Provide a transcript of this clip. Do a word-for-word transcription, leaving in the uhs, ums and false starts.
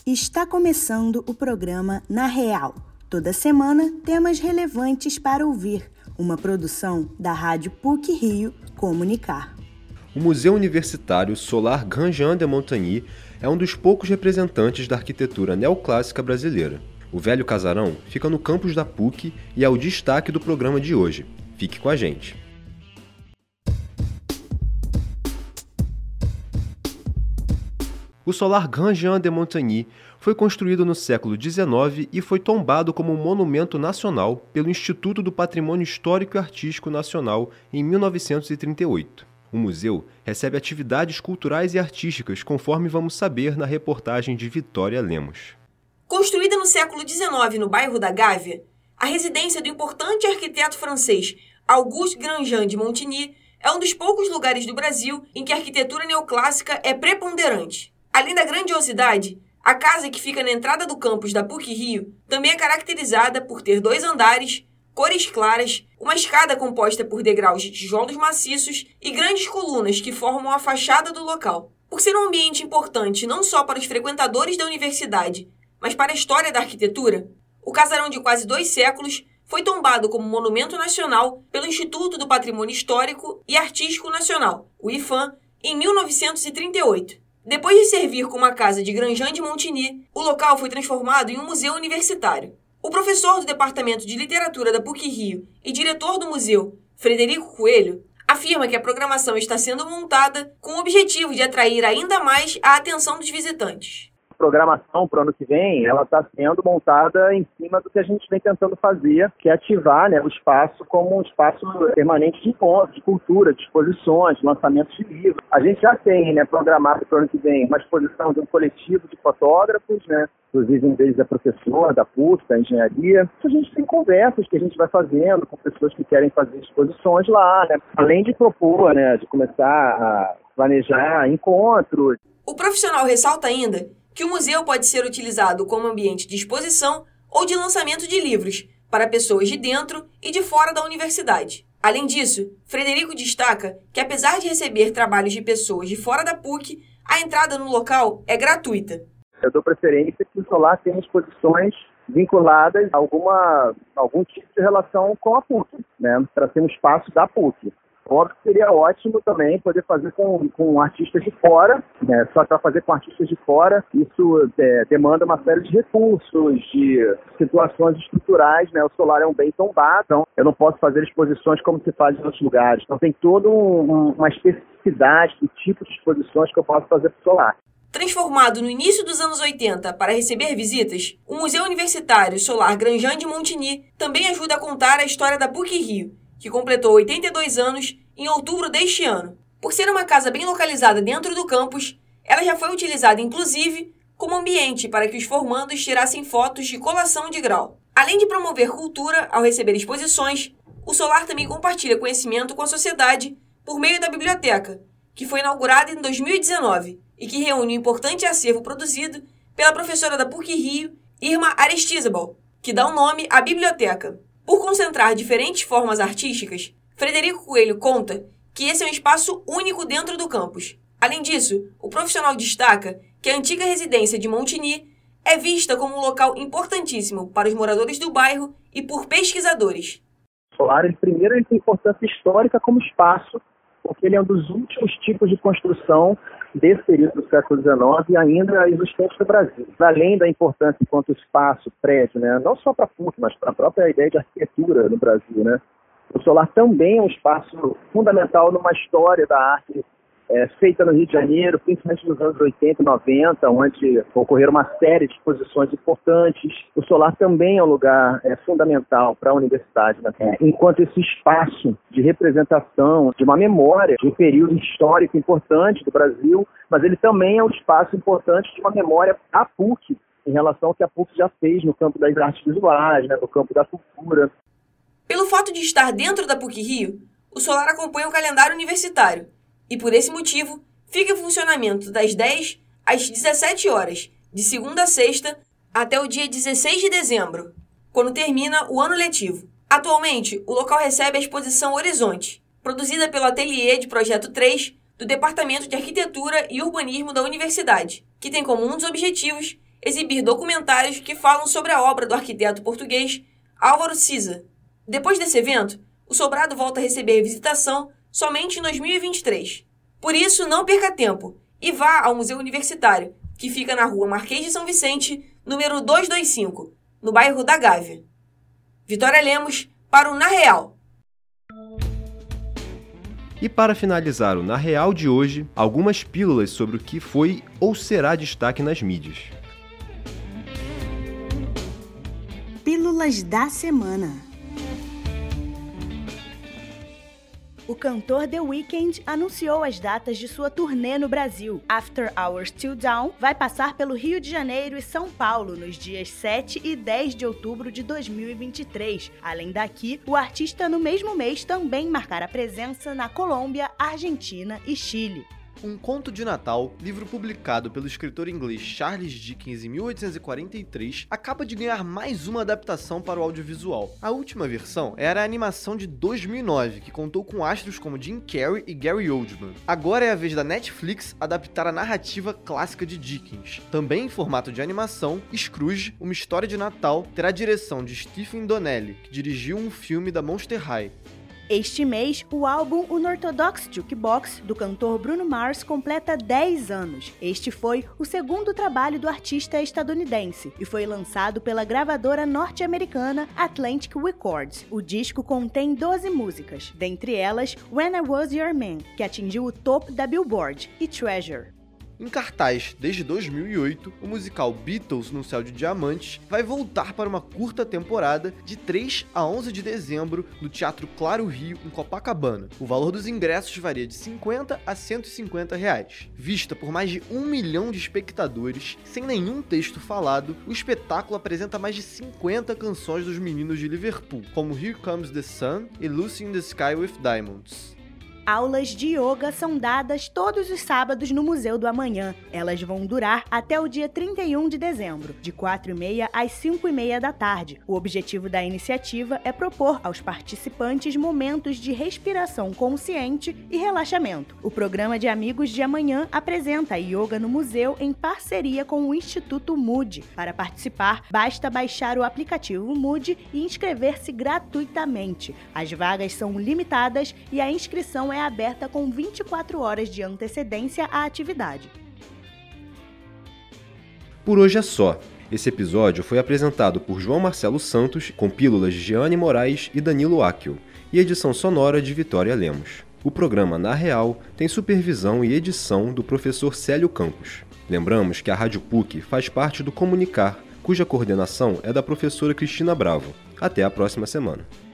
Está começando o programa Na Real. Toda semana, temas relevantes para ouvir. Uma produção da Rádio P U C Rio Comunicar. O Museu Universitário Solar Grandjean de Montagny é um dos poucos representantes da arquitetura neoclássica brasileira. O velho casarão fica no campus da P U C e é o destaque do programa de hoje. Fique com a gente. O Solar Grandjean de Montagny foi construído no século dezenove e foi tombado como um monumento nacional pelo Instituto do Patrimônio Histórico e Artístico Nacional em mil novecentos e trinta e oito. O museu recebe atividades culturais e artísticas, conforme vamos saber na reportagem de Vitória Lemos. Construída no século dezenove no bairro da Gávea, a residência do importante arquiteto francês Auguste Grandjean de Montagny é um dos poucos lugares do Brasil em que a arquitetura neoclássica é preponderante. Além da grandiosidade, a casa que fica na entrada do campus da P U C Rio também é caracterizada por ter dois andares, cores claras, uma escada composta por degraus de tijolos maciços e grandes colunas que formam a fachada do local. Por ser um ambiente importante não só para os frequentadores da universidade, mas para a história da arquitetura, o casarão de quase dois séculos foi tombado como monumento nacional pelo Instituto do Patrimônio Histórico e Artístico Nacional, o IPHAN, em mil novecentos e trinta e oito. Depois de servir como a casa de Grandjean de Montagny, o local foi transformado em um museu universitário. O professor do Departamento de Literatura da P U C Rio e diretor do museu, Frederico Coelho, afirma que a programação está sendo montada com o objetivo de atrair ainda mais a atenção dos visitantes. A programação para o ano que vem, ela está sendo montada em cima do que a gente vem tentando fazer, que é ativar, né, o espaço como um espaço permanente de encontro, de cultura, de exposições, de lançamentos de livros. A gente já tem, né, programado para o ano que vem uma exposição de um coletivo de fotógrafos, né, inclusive um deles é professor da P U C, da engenharia. A gente tem conversas que a gente vai fazendo com pessoas que querem fazer exposições lá, né, além de propor, né, de começar a planejar encontros. O profissional ressalta ainda que o museu pode ser utilizado como ambiente de exposição ou de lançamento de livros para pessoas de dentro e de fora da universidade. Além disso, Frederico destaca que, apesar de receber trabalhos de pessoas de fora da P U C, a entrada no local é gratuita. Eu dou preferência que o Solar tenha exposições vinculadas a alguma, algum tipo de relação com a P U C, né, para ser um espaço da P U C. Óbvio que seria ótimo também poder fazer com, com artistas de fora, né? Só para fazer com artistas de fora, isso é, demanda uma série de recursos, de situações estruturais, né? O Solar é um bem tombado, então eu não posso fazer exposições como se faz em outros lugares. Então tem toda um, uma especificidade do tipo de exposições que eu posso fazer para o Solar. Transformado no início dos anos oitenta para receber visitas, o Museu Universitário Solar Grandjean de Montagny também ajuda a contar a história da P U C Rio, que completou oitenta e dois anos em outubro deste ano. Por ser uma casa bem localizada dentro do campus, ela já foi utilizada inclusive como ambiente para que os formandos tirassem fotos de colação de grau. Além de promover cultura ao receber exposições, o Solar também compartilha conhecimento com a sociedade por meio da biblioteca, que foi inaugurada em dois mil e dezenove e que reúne um importante acervo produzido pela professora da P U C Rio, Irma Aristizabal, que dá o nome à biblioteca. Por concentrar diferentes formas artísticas, Frederico Coelho conta que esse é um espaço único dentro do campus. Além disso, o profissional destaca que a antiga residência de Montagny é vista como um local importantíssimo para os moradores do bairro e por pesquisadores. O Solar, ele, primeiro, ele tem importância histórica como espaço, porque ele é um dos últimos tipos de construção desse período do século dezenove ainda existente no Brasil. Além da importância enquanto espaço, prédio, né, não só para a P U C, mas para a própria ideia de arquitetura no Brasil, né, o Solar também é um espaço fundamental numa história da arte é, feita no Rio de Janeiro, principalmente nos anos oitenta e noventa, onde ocorreram uma série de exposições importantes. O Solar também é um lugar é, fundamental para a universidade, né? É, enquanto esse espaço de representação, de uma memória, de um período histórico importante do Brasil, mas ele também é um espaço importante de uma memória da P U C, em relação ao que a P U C já fez no campo das artes visuais, né, no campo da cultura. Pelo fato de estar dentro da P U C Rio, o Solar acompanha o calendário universitário e, por esse motivo, fica em funcionamento das dez às dezessete horas, de segunda a sexta, até o dia dezesseis de dezembro, quando termina o ano letivo. Atualmente, o local recebe a exposição Horizonte, produzida pelo Ateliê de Projeto três do Departamento de Arquitetura e Urbanismo da Universidade, que tem como um dos objetivos exibir documentários que falam sobre a obra do arquiteto português Álvaro Siza. Depois desse evento, o Sobrado volta a receber visitação somente em dois mil e vinte e três. Por isso, não perca tempo e vá ao Museu Universitário, que fica na rua Marquês de São Vicente, número duzentos e vinte e cinco, no bairro da Gávea. Vitória Lemos, para o Na Real. E para finalizar o Na Real de hoje, algumas pílulas sobre o que foi ou será destaque nas mídias. Pílulas da semana. O cantor The Weeknd anunciou as datas de sua turnê no Brasil. After Hours Till Dawn vai passar pelo Rio de Janeiro e São Paulo nos dias sete e dez de outubro de dois mil e vinte e três. Além daqui, o artista no mesmo mês também marcará presença na Colômbia, Argentina e Chile. Um Conto de Natal, livro publicado pelo escritor inglês Charles Dickens em mil oitocentos e quarenta e três, acaba de ganhar mais uma adaptação para o audiovisual. A última versão era a animação de dois mil e nove, que contou com astros como Jim Carrey e Gary Oldman. Agora é a vez da Netflix adaptar a narrativa clássica de Dickens. Também em formato de animação, Scrooge, uma história de Natal, terá a direção de Stephen Donnelly, que dirigiu um filme da Monster High. Este mês, o álbum Unorthodox Jukebox, do cantor Bruno Mars, completa dez anos. Este foi o segundo trabalho do artista estadunidense e foi lançado pela gravadora norte-americana Atlantic Records. O disco contém doze músicas, dentre elas When I Was Your Man, que atingiu o topo da Billboard, e Treasure. Em cartaz desde dois mil e oito, o musical Beatles no Céu de Diamantes vai voltar para uma curta temporada de três a onze de dezembro no Teatro Claro Rio, em Copacabana. O valor dos ingressos varia de cinquenta a cento e cinquenta reais. Vista por mais de um milhão de espectadores, sem nenhum texto falado, o espetáculo apresenta mais de cinquenta canções dos meninos de Liverpool, como Here Comes the Sun e Lucy in the Sky with Diamonds. Aulas de yoga são dadas todos os sábados no Museu do Amanhã. Elas vão durar até o dia trinta e um de dezembro, de quatro e meia às cinco e meia da tarde. O objetivo da iniciativa é propor aos participantes momentos de respiração consciente e relaxamento. O programa de Amigos de Amanhã apresenta a yoga no museu em parceria com o Instituto Mood. Para participar, basta baixar o aplicativo Mood e inscrever-se gratuitamente. As vagas são limitadas e a inscrição é é aberta com vinte e quatro horas de antecedência à atividade. Por hoje é só. Esse episódio foi apresentado por João Marcelo Santos, com pílulas de Jeane Moraes e Danilo Akil, e edição sonora de Vitória Lemos. O programa Na Real tem supervisão e edição do professor Célio Campos. Lembramos que a Rádio P U C faz parte do Comunicar, cuja coordenação é da professora Cristina Bravo. Até a próxima semana.